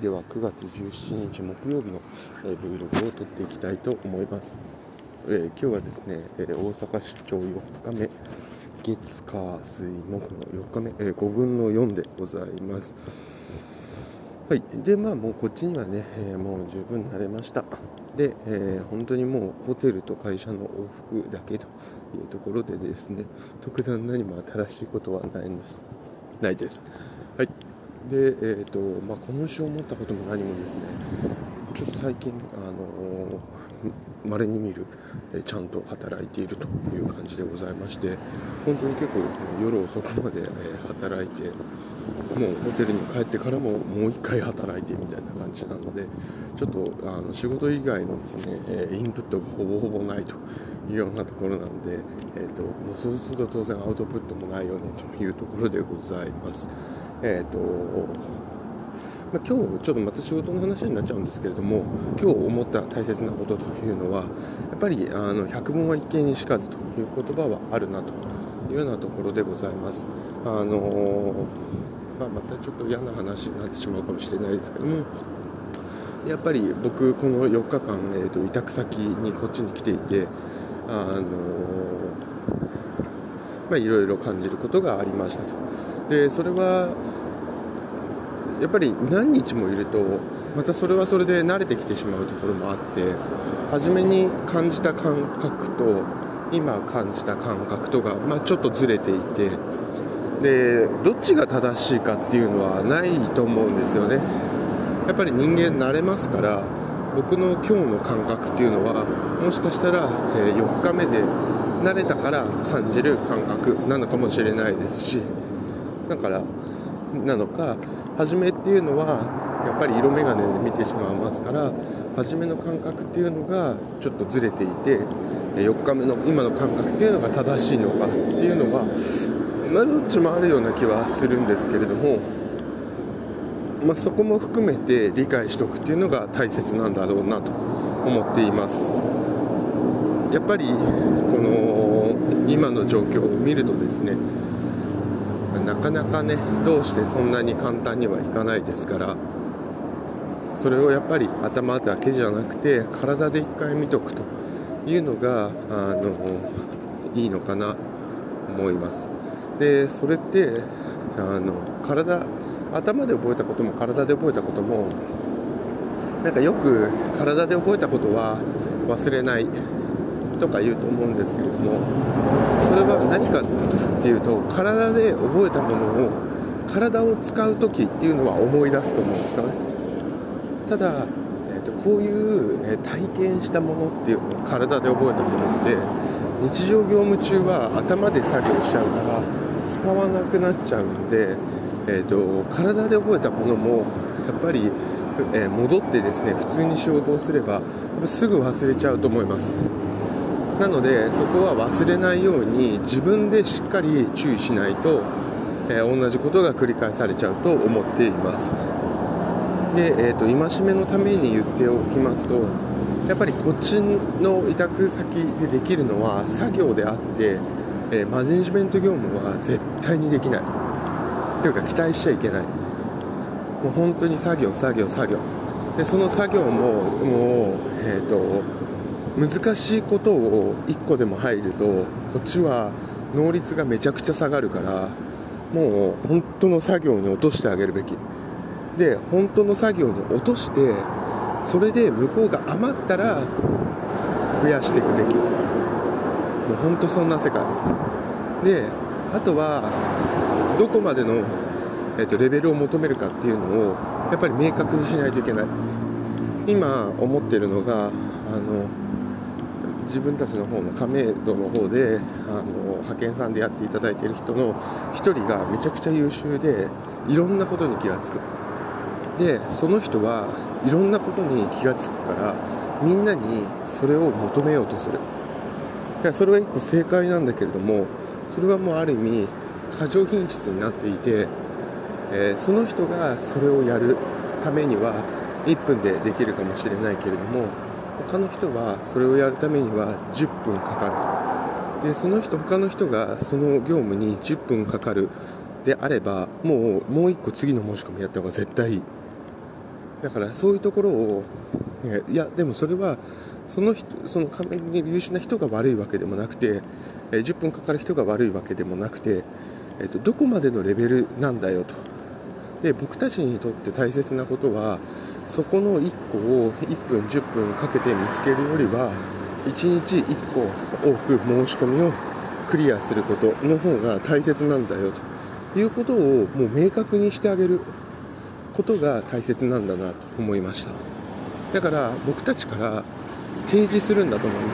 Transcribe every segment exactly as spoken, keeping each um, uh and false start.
ではくがつじゅうしちにち木曜日の、えー、Vlog を撮っていきたいと思います。えー、今日はですね、えー、大阪出張よっかめ、月火水木のよっかめ、えー、ごぶんのよんでございます。はい。で、まあもうこっちにはね、えー、もう十分慣れました。で、えー、本当にもうホテルと会社の往復だけというところでですね、特段何も新しいことはないんです。ないです。はい。で、えーとまあ、今週思ったことも何もですね、ちょっと最近、あのー、稀に見る、えー、ちゃんと働いているという感じでございまして、本当に結構ですね、夜遅くまで、えー、働いて、もうホテルに帰ってからももう一回働いてみたいな感じなので、ちょっとあの仕事以外のですね、えー、インプットがほぼほぼないというようなところなので、えーと、もうそうすると当然アウトプットもないよねというところでございます。えーとまあ、今日ちょっとまた仕事の話になっちゃうんですけれども、今日思った大切なことというのは、やっぱりあの百聞は一見にしかずという言葉はあるなというようなところでございます。あのーまあ、またちょっと嫌な話になってしまうかもしれないですけども、やっぱり僕このよっかかん、えーと、委託先にこっちに来ていて、あのーまあ、いろいろ感じることがありましたと。でそれはやっぱり何日もいるとまたそれはそれで慣れてきてしまうところもあって、初めに感じた感覚と今感じた感覚とが、まあ、ちょっとずれていて、でどっちが正しいかっていうのはないと思うんですよね。やっぱり人間慣れますから、僕の今日の感覚っていうのはもしかしたら、えー、よっかめで慣れたから感じる感覚なのかもしれないですし、だからなのか、初めっていうのはやっぱり色眼鏡で見てしまいますから、初めの感覚っていうのがちょっとずれていて、よっかめの今の感覚っていうのが正しいのかっていうのは、まあ、どっちもあるような気はするんですけれども、まあ、そこも含めて理解しておくっていうのが大切なんだろうなと思っています。やっぱりこの今の状況を見るとですね、なかなかね、どうしてそんなに簡単にはいかないですから、それをやっぱり頭だけじゃなくて体で一回見とくというのがあのいいのかなと思います。でそれってあの体頭で覚えたことも体で覚えたことも、なんかよく体で覚えたことは忘れないとか言うと思うんですけれども、それは何かっていうと、体で覚えたものを体を使う時っていうのは思い出すと思うんですよね。ただ、えーと、こういう、えー、体験したものっていうのを体で覚えたものって日常業務中は頭で作業しちゃうから使わなくなっちゃうんで、えーと、体で覚えたものもやっぱり、えー、戻ってですね、普通に仕事をすればすぐ忘れちゃうと思います。なのでそこは忘れないように自分でしっかり注意しないと、えー、同じことが繰り返されちゃうと思っています。で、えーと、戒めのために言っておきますと、やっぱりこっちの委託先でできるのは作業であって、えー、マネジメント業務は絶対にできないというか期待しちゃいけない。もう本当に作業作業作業で、その作業ももう、えーと難しいことをいっこでも入るとこっちは能率がめちゃくちゃ下がるから、もう本当の作業に落としてあげるべきで、本当の作業に落として、それで向こうが余ったら増やしていくべき、もう本当そんな世界で、あとはどこまでの、えーと、レベルを求めるかっていうのをやっぱり明確にしないといけない。今思ってるのが、あの自分たちの方の亀戸の方であの派遣さんでやっていただいている人の一人がめちゃくちゃ優秀で、いろんなことに気がつく。でその人はいろんなことに気がつくから、みんなにそれを求めようとする。いやそれは一個正解なんだけれども、それはもうある意味過剰品質になっていて、えー、その人がそれをやるためにはいっぷんでできるかもしれないけれども、他の人はそれをやるためにはじゅっぷんかかる。でその人他の人がその業務にじゅっぷんかかるであれば、もうもう一個次の申し込みやった方が絶対いい。 だからそういうところを、いやでもそれはその人、その仮面に優秀な人が悪いわけでもなくて、じゅっぷんかかる人が悪いわけでもなくて、えっと、どこまでのレベルなんだよと。で、僕たちにとって大切なことは、そこのいっこをいっぷんじゅっぷんかけて見つけるよりは、いちにちいっこ多く申し込みをクリアすることの方が大切なんだよということをもう明確にしてあげることが大切なんだなと思いました。だから僕たちから提示するんだと思います。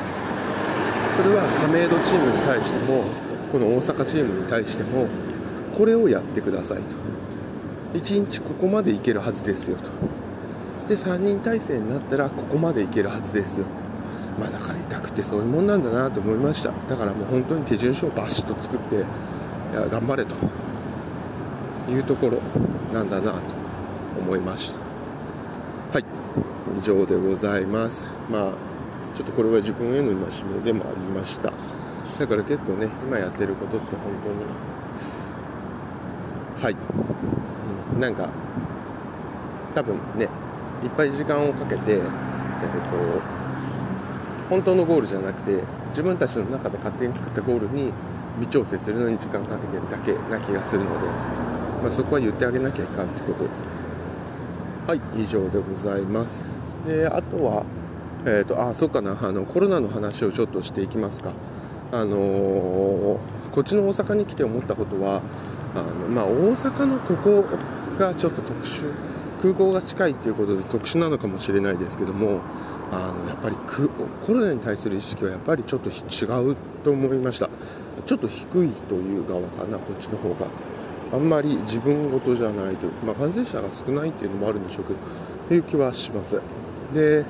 それは亀戸チームに対しても、この大阪チームに対しても、これをやってくださいと。いちにちここまでいけるはずですよと。で、さんにん体制になったらここまでいけるはずですよ。まあだから委託ってそういうもんなんだなと思いました。だからもう本当に手順書をバシッと作って、いや頑張れというところなんだなと思いました。はい、以上でございます。まあちょっとこれは自分への戒めでもありました。だから結構ね、今やってることって本当にはい、うん、なんか多分ね、いっぱい時間をかけて、えーと本当のゴールじゃなくて、自分たちの中で勝手に作ったゴールに微調整するのに時間かけてるだけな気がするので、まあ、そこは言ってあげなきゃいかんということですね。はい、以上でございます。で、あとは、えーと、あ、そうかな、あのコロナの話をちょっとしていきますか。あのー、こっちの大阪に来て思ったことは、あの、まあ、大阪のここがちょっと特殊、空港が近いということで特殊なのかもしれないですけども、あのやっぱりコロナに対する意識はやっぱりちょっと違うと思いました。ちょっと低いという側かな、こっちの方が。あんまり自分事じゃないという、まあ、感染者が少ないっていうのもあるんでしょうけど、という気はします。で、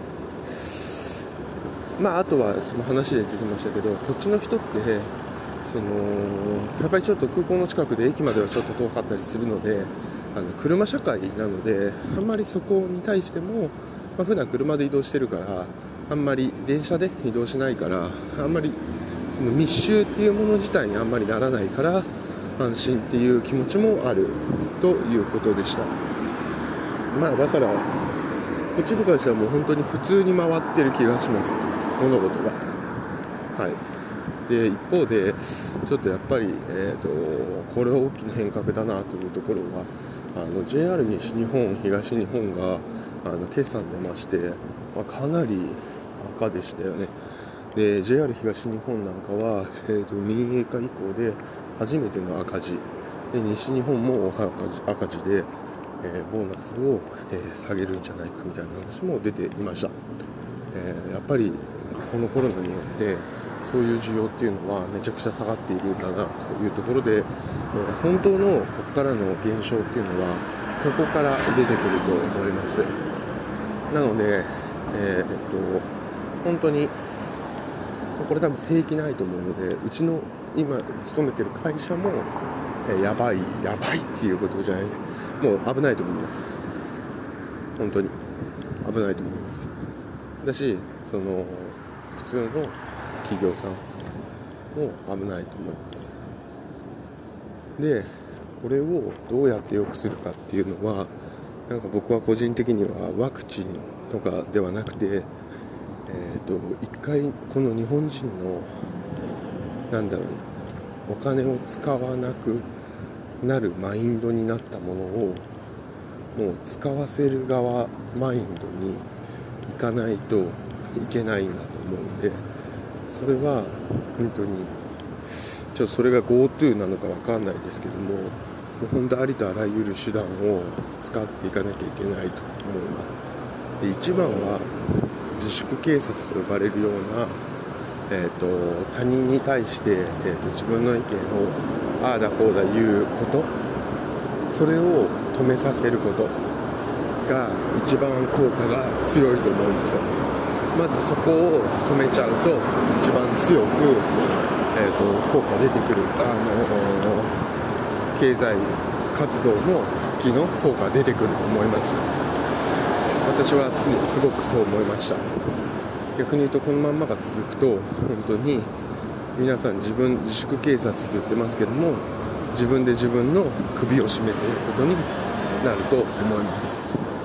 まあ、あとはその話で出てきましたけど、こっちの人ってそのやっぱりちょっと空港の近くで駅まではちょっと遠かったりするので、あの車社会なので、あんまりそこに対しても、まあ、普段車で移動してるから、あんまり電車で移動しないから、あんまりその密集っていうもの自体にあんまりならないから安心っていう気持ちもあるということでした。まあだからこっちに関してはもう本当に普通に回ってる気がします、物事が。はい。で、一方でちょっとやっぱり、えーと、これは大きな変革だなというところは、あの ジェイアール 西日本、東日本があの決算出まして、まあ、かなり赤でしたよね。で ジェイアール 東日本なんかは、えーと、民営化以降で初めての赤字で、西日本も赤字、赤字で、えー、ボーナスを、えー、下げるんじゃないかみたいな話も出ていました。えー、やっぱりこのコロナによってそういう需要っていうのはめちゃくちゃ下がっているんだなというところで、えー、本当のここからの減少っていうのはここから出てくると思います。なので、えー、っと本当にこれ多分正規ないと思うので、うちの今勤めてる会社も、えー、やばいやばいっていうことじゃないです。もう危ないと思います。本当に危ないと思います。だし、その普通の企業さんも危ないと思います。で、これをどうやって良くするかっていうのは、なんか僕は個人的にはワクチンとかではなくて、えーと、一回この日本人のなんだろう、お金を使わなくなるマインドになったものをもう使わせる側マインドにいかないといけないんだと思うので、それは本当にちょっとそれが GoTo なのか分かんないですけども、もう本当ありとあらゆる手段を使っていかなきゃいけないと思います。で、一番は自粛警察と呼ばれるような、えー、と他人に対して、えー、と自分の意見をああだこうだ言うこと、それを止めさせることが一番効果が強いと思うんですよ。まずそこを止めちゃうと一番強く、えー、と効果出てくる、あの経済活動の復帰の効果が出てくると思います。私はすごくそう思いました。逆に言うとこのまんまが続くと本当に皆さん自分自粛警察って言ってますけども、自分で自分の首を絞めていることになると思います。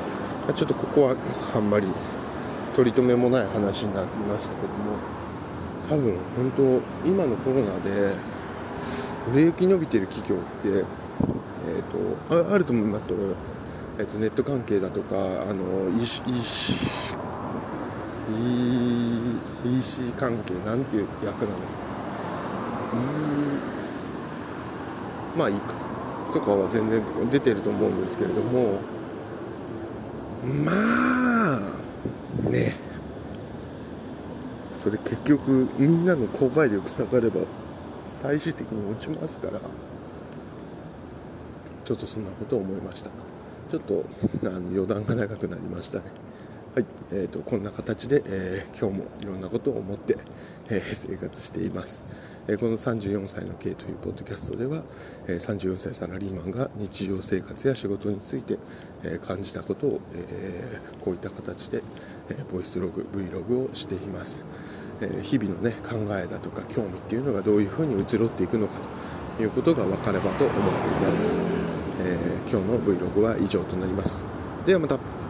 ちょっとここはあんまり取り留めもない話になってましたけども、多分本当今のコロナで売れ行き伸びてる企業って、えー、と あ, あると思います。えー、とネット関係だとか、あの EC, EC 関係なんていう役なの、E、まあいいかとかは全然出てると思うんですけれども、まあね、それ結局みんなの購買力下がれば最終的に落ちますから、ちょっとそんなことを思いました。ちょっとあの余談が長くなりましたね。はい、えーと、こんな形で、えー、今日もいろんなことを思って、えー、生活しています。えー、このさんじゅうよんさいの K というポッドキャストでは、えー、さんじゅうよんさいサラリーマンが日常生活や仕事について、えー、感じたことを、えー、こういった形で、えー、ボイスログ、Vlog をしています。えー、日々の、ね、考えだとか興味っていうのがどういうふうに移ろっていくのかということが分かればと思っています。えー、今日の Vlog は以上となります。ではまた。